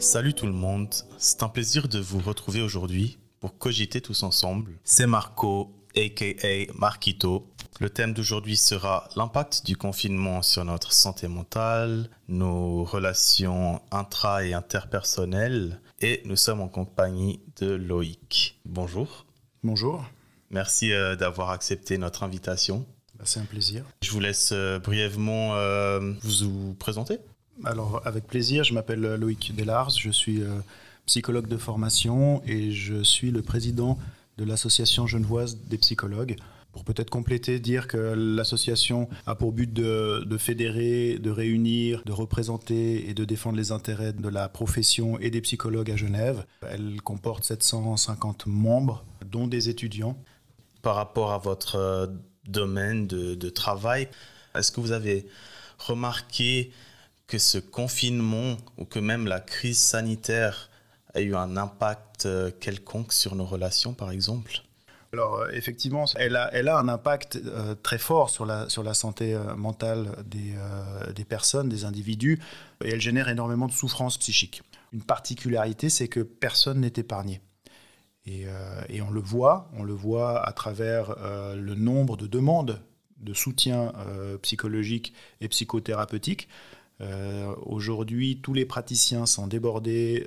Salut tout le monde, c'est un plaisir de vous retrouver aujourd'hui pour cogiter tous ensemble. C'est Marco, aka Marquito. Le thème d'aujourd'hui sera l'impact du confinement sur notre santé mentale, nos relations intra- et interpersonnelles, et nous sommes en compagnie de Loïc. Bonjour. Bonjour. Merci d'avoir accepté notre invitation. C'est un plaisir. Je vous laisse brièvement vous présenter. Alors, avec plaisir, je m'appelle Loïc Delars, je suis psychologue de formation et je suis le président de l'Association genevoise des psychologues. Pour peut-être compléter, dire que l'association a pour but de fédérer, de réunir, de représenter et de défendre les intérêts de la profession et des psychologues à Genève. Elle comporte 750 membres, dont des étudiants. Par rapport à votre domaine de travail, est-ce que vous avez remarqué que ce confinement ou que même la crise sanitaire a eu un impact quelconque sur nos relations, par exemple ? Alors effectivement, elle a un impact très fort sur la santé mentale des personnes, des individus, et elle génère énormément de souffrance psychique. Une particularité, c'est que personne n'est épargné. Et on le voit à travers le nombre de demandes de soutien psychologique et psychothérapeutique. Aujourd'hui, tous les praticiens sont débordés,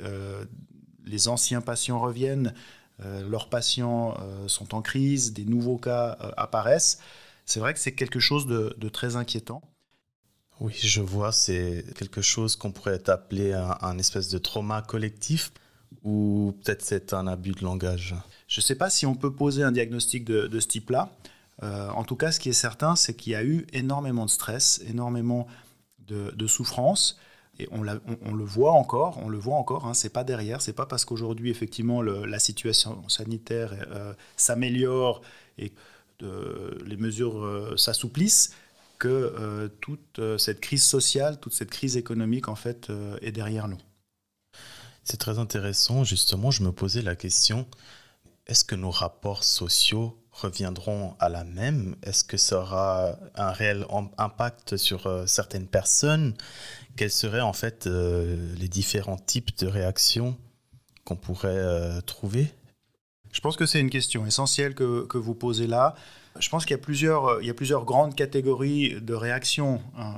les anciens patients reviennent, leurs patients sont en crise, des nouveaux cas apparaissent. C'est vrai que c'est quelque chose de très inquiétant. Oui, je vois, c'est quelque chose qu'on pourrait appeler un espèce de trauma collectif, ou peut-être c'est un abus de langage. Je ne sais pas si on peut poser un diagnostic de ce type-là. En tout cas, ce qui est certain, c'est qu'il y a eu énormément de stress, énormément de souffrance. Et on le voit encore, hein, c'est pas derrière, c'est pas parce qu'aujourd'hui effectivement la situation sanitaire s'améliore et les mesures s'assouplissent que toute cette crise sociale, toute cette crise économique en fait est derrière nous. C'est très intéressant, justement, je me posais la question, est-ce que nos rapports sociaux reviendront à la même ? Est-ce que ça aura un réel impact sur certaines personnes ? Quels seraient en fait les différents types de réactions qu'on pourrait trouver ? Je pense que c'est une question essentielle que vous posez là. Je pense qu'il y a plusieurs grandes catégories de réactions.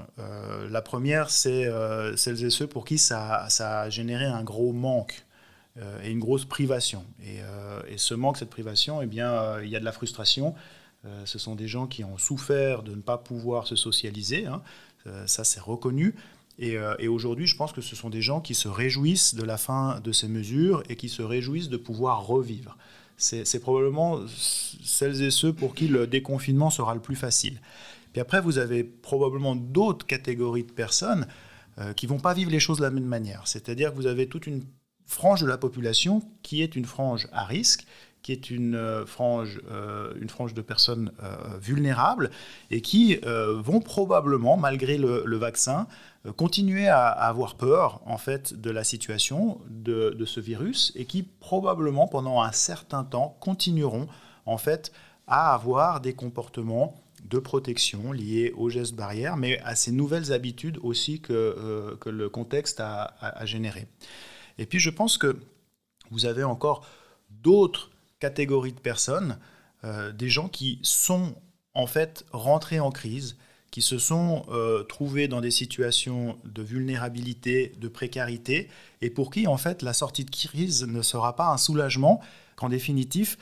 La première, c'est celles et ceux pour qui ça a généré un gros manque et une grosse privation. Et ce manque, cette privation, eh bien, il y a de la frustration. Ce sont des gens qui ont souffert de ne pas pouvoir se socialiser. Hein. Ça, c'est reconnu. Et aujourd'hui, je pense que ce sont des gens qui se réjouissent de la fin de ces mesures et qui se réjouissent de pouvoir revivre. C'est probablement celles et ceux pour qui le déconfinement sera le plus facile. Puis après, vous avez probablement d'autres catégories de personnes qui ne vont pas vivre les choses de la même manière. C'est-à-dire que vous avez toute une frange de la population qui est une frange à risque, qui est une frange de personnes vulnérables et qui vont probablement, malgré le vaccin, continuer à avoir peur en fait, de la situation, de ce virus, et qui probablement, pendant un certain temps, continueront en fait, à avoir des comportements de protection liés aux gestes barrières, mais à ces nouvelles habitudes aussi que le contexte a générées. Et puis je pense que vous avez encore d'autres catégories de personnes, des gens qui sont en fait rentrés en crise, qui se sont trouvés dans des situations de vulnérabilité, de précarité, et pour qui en fait la sortie de crise ne sera pas un soulagement, qu'en définitive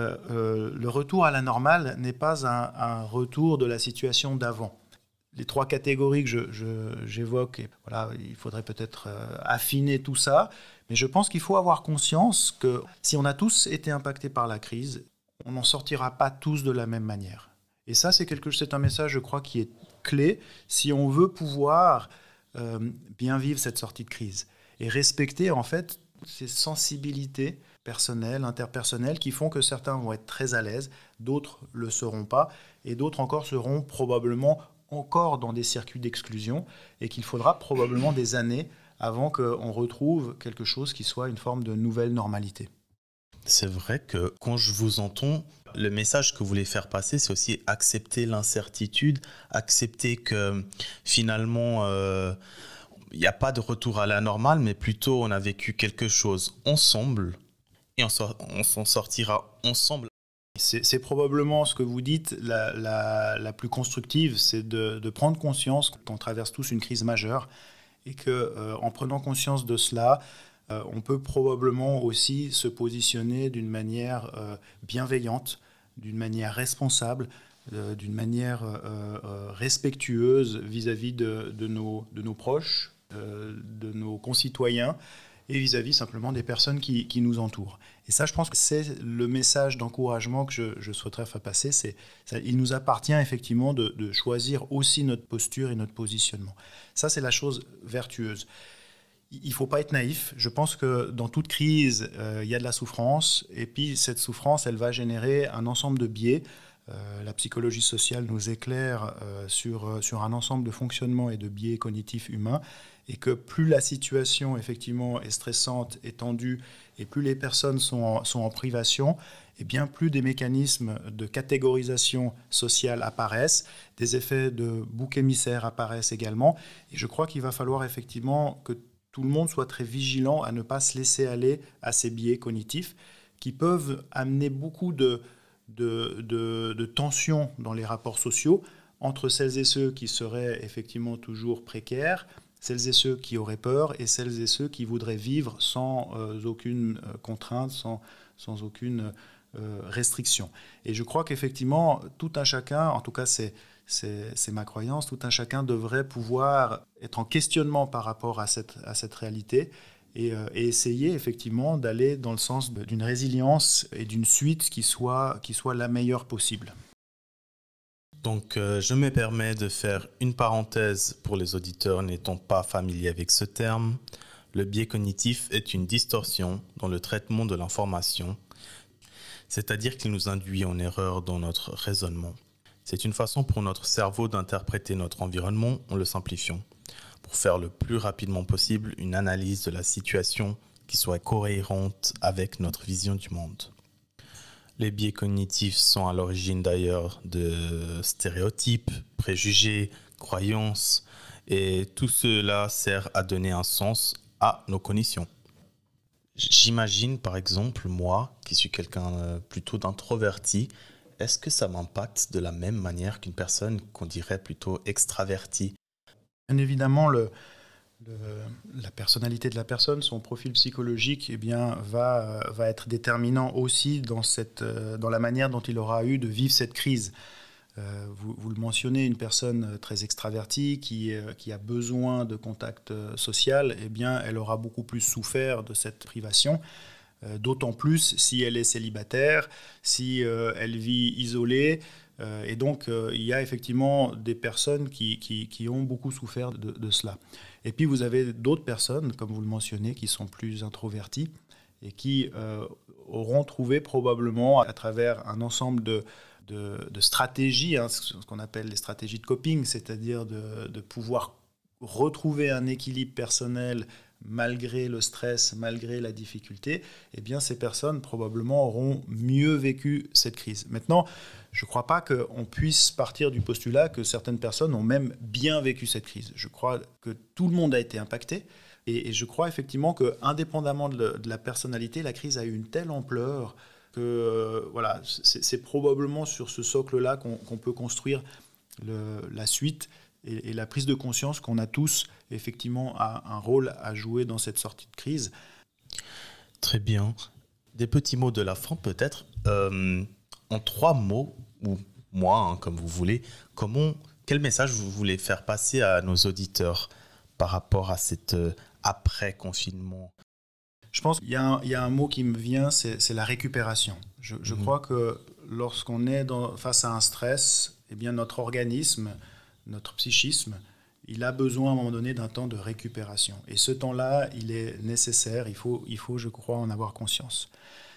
le retour à la normale n'est pas un retour de la situation d'avant. Les trois catégories que j'évoque, et voilà, il faudrait peut-être affiner tout ça, mais je pense qu'il faut avoir conscience que si on a tous été impactés par la crise, on n'en sortira pas tous de la même manière. Et ça, c'est un message, je crois, qui est clé si on veut pouvoir bien vivre cette sortie de crise et respecter en fait ces sensibilités personnelles, interpersonnelles qui font que certains vont être très à l'aise, d'autres ne le seront pas, et d'autres encore seront probablement encore dans des circuits d'exclusion et qu'il faudra probablement des années avant qu'on retrouve quelque chose qui soit une forme de nouvelle normalité. C'est vrai que quand je vous entends, le message que vous voulez faire passer, c'est aussi accepter l'incertitude, accepter que finalement, il n'y a pas de retour à la normale, mais plutôt on a vécu quelque chose ensemble et on s'en sortira ensemble. C'est probablement ce que vous dites, la plus constructive, c'est de prendre conscience qu'on traverse tous une crise majeure et qu'en prenant conscience de cela, on peut probablement aussi se positionner d'une manière bienveillante, d'une manière responsable, d'une manière respectueuse vis-à-vis de nos proches, de nos concitoyens et vis-à-vis simplement des personnes qui nous entourent. Et ça, je pense que c'est le message d'encouragement que je souhaiterais faire passer. Il nous appartient effectivement de choisir aussi notre posture et notre positionnement. Ça, c'est la chose vertueuse. Il ne faut pas être naïf. Je pense que dans toute crise, il y a de la souffrance. Et puis, cette souffrance, elle va générer un ensemble de biais. La psychologie sociale nous éclaire sur un ensemble de fonctionnements et de biais cognitifs humains. Et que plus la situation, effectivement, est stressante, est tendue, et plus les personnes sont en privation, et bien plus des mécanismes de catégorisation sociale apparaissent, des effets de bouc émissaire apparaissent également. Et je crois qu'il va falloir effectivement que tout le monde soit très vigilant à ne pas se laisser aller à ces biais cognitifs qui peuvent amener beaucoup de tensions dans les rapports sociaux entre celles et ceux qui seraient effectivement toujours précaires, celles et ceux qui auraient peur et celles et ceux qui voudraient vivre sans aucune contrainte, sans aucune restriction. Et je crois qu'effectivement, tout un chacun, en tout cas c'est ma croyance, tout un chacun devrait pouvoir être en questionnement par rapport à cette réalité et essayer effectivement d'aller dans le sens d'une résilience et d'une suite qui soit la meilleure possible. Donc, je me permets de faire une parenthèse pour les auditeurs n'étant pas familiers avec ce terme. Le biais cognitif est une distorsion dans le traitement de l'information, c'est-à-dire qu'il nous induit en erreur dans notre raisonnement. C'est une façon pour notre cerveau d'interpréter notre environnement en le simplifiant, pour faire le plus rapidement possible une analyse de la situation qui soit cohérente avec notre vision du monde. Les biais cognitifs sont à l'origine d'ailleurs de stéréotypes, préjugés, croyances, et tout cela sert à donner un sens à nos cognitions. J'imagine par exemple, moi, qui suis quelqu'un plutôt d'introverti, est-ce que ça m'impacte de la même manière qu'une personne qu'on dirait plutôt extravertie ? Bien évidemment, la personnalité de la personne, son profil psychologique, va être déterminant aussi dans la manière dont il aura eu de vivre cette crise. Vous le mentionnez, une personne très extravertie qui a besoin de contact social, elle aura beaucoup plus souffert de cette privation. D'autant plus si elle est célibataire, si elle vit isolée. Et donc, il y a effectivement des personnes qui ont beaucoup souffert de cela. Et puis, vous avez d'autres personnes, comme vous le mentionnez, qui sont plus introverties et qui auront trouvé probablement, à travers un ensemble de stratégies, ce qu'on appelle les stratégies de coping, c'est-à-dire de pouvoir retrouver un équilibre personnel malgré le stress, malgré la difficulté, ces personnes probablement auront mieux vécu cette crise. Maintenant, je ne crois pas qu'on puisse partir du postulat que certaines personnes ont même bien vécu cette crise. Je crois que tout le monde a été impacté et je crois effectivement qu'indépendamment de la personnalité, la crise a eu une telle ampleur que c'est probablement sur ce socle-là qu'on peut construire la suite et la prise de conscience qu'on a tous effectivement un rôle à jouer dans cette sortie de crise. Très bien. Des petits mots de la fin peut-être. En 3 mots, ou moi, comme vous voulez, quel message vous voulez faire passer à nos auditeurs par rapport à cet après-confinement ? Je pense qu'il y a un mot qui me vient, c'est la récupération. Je crois que lorsqu'on est face à un stress, notre organisme, notre psychisme, il a besoin à un moment donné d'un temps de récupération. Et ce temps-là, il est nécessaire, il faut, je crois, en avoir conscience.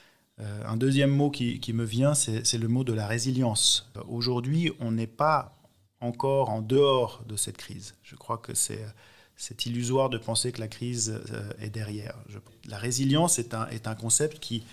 Un deuxième mot qui me vient, c'est le mot de la résilience. Aujourd'hui, on n'est pas encore en dehors de cette crise. Je crois que c'est illusoire de penser que la crise est derrière. La résilience est un concept qui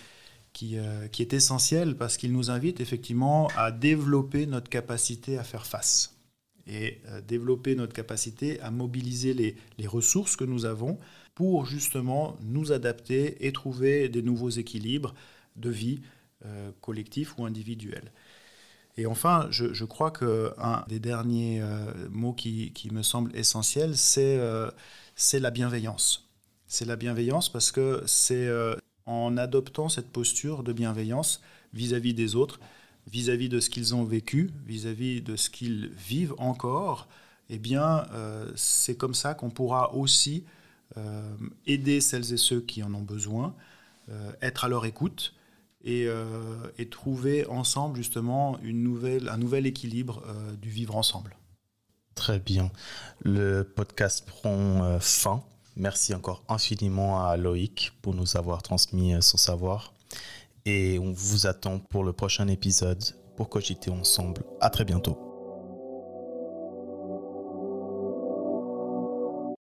est essentiel parce qu'il nous invite effectivement à développer notre capacité à faire face. et développer notre capacité à mobiliser les ressources que nous avons pour justement nous adapter et trouver des nouveaux équilibres de vie collectifs ou individuels. Et enfin, je crois qu'un des derniers mots qui me semble essentiel, c'est la bienveillance. C'est la bienveillance parce que c'est en adoptant cette posture de bienveillance vis-à-vis des autres, vis-à-vis de ce qu'ils ont vécu, vis-à-vis de ce qu'ils vivent encore, eh bien, c'est comme ça qu'on pourra aussi aider celles et ceux qui en ont besoin, être à leur écoute et trouver ensemble justement un nouvel équilibre du vivre ensemble. Très bien. Le podcast prend fin. Merci encore infiniment à Loïc pour nous avoir transmis son savoir. Et on vous attend pour le prochain épisode pour cogiter ensemble. À très bientôt.